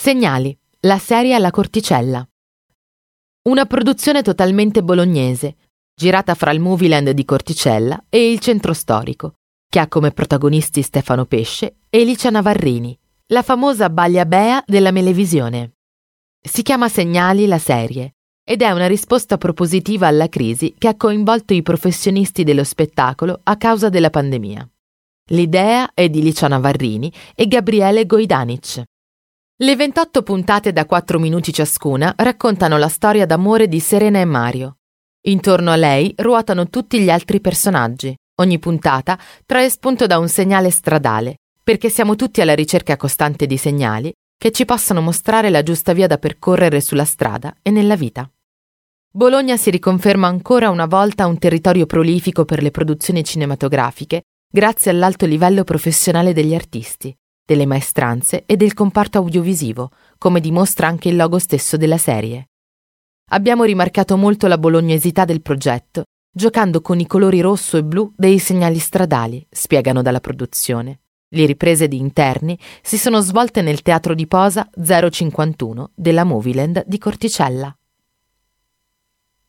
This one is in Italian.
Segnali, la serie alla Corticella. Una produzione totalmente bolognese, girata fra il Movieland di Corticella e il centro storico, che ha come protagonisti Stefano Pesce e Licia Navarrini, la famosa Baglia Bea della Melevisione. Si chiama Segnali la serie ed è una risposta propositiva alla crisi che ha coinvolto i professionisti dello spettacolo a causa della pandemia. L'idea è di Licia Navarrini e Gabriele Goidanic. Le 28 puntate da 4 minuti ciascuna raccontano la storia d'amore di Serena e Mario. Intorno a lei ruotano tutti gli altri personaggi. Ogni puntata trae spunto da un segnale stradale, perché siamo tutti alla ricerca costante di segnali che ci possano mostrare la giusta via da percorrere sulla strada e nella vita. Bologna si riconferma ancora una volta un territorio prolifico per le produzioni cinematografiche grazie all'alto livello professionale degli artisti, delle maestranze e del comparto audiovisivo, come dimostra anche il logo stesso della serie. Abbiamo rimarcato molto la bolognesità del progetto, giocando con i colori rosso e blu dei segnali stradali, spiegano dalla produzione. Le riprese di interni si sono svolte nel Teatro di Posa 051 della Movieland di Corticella.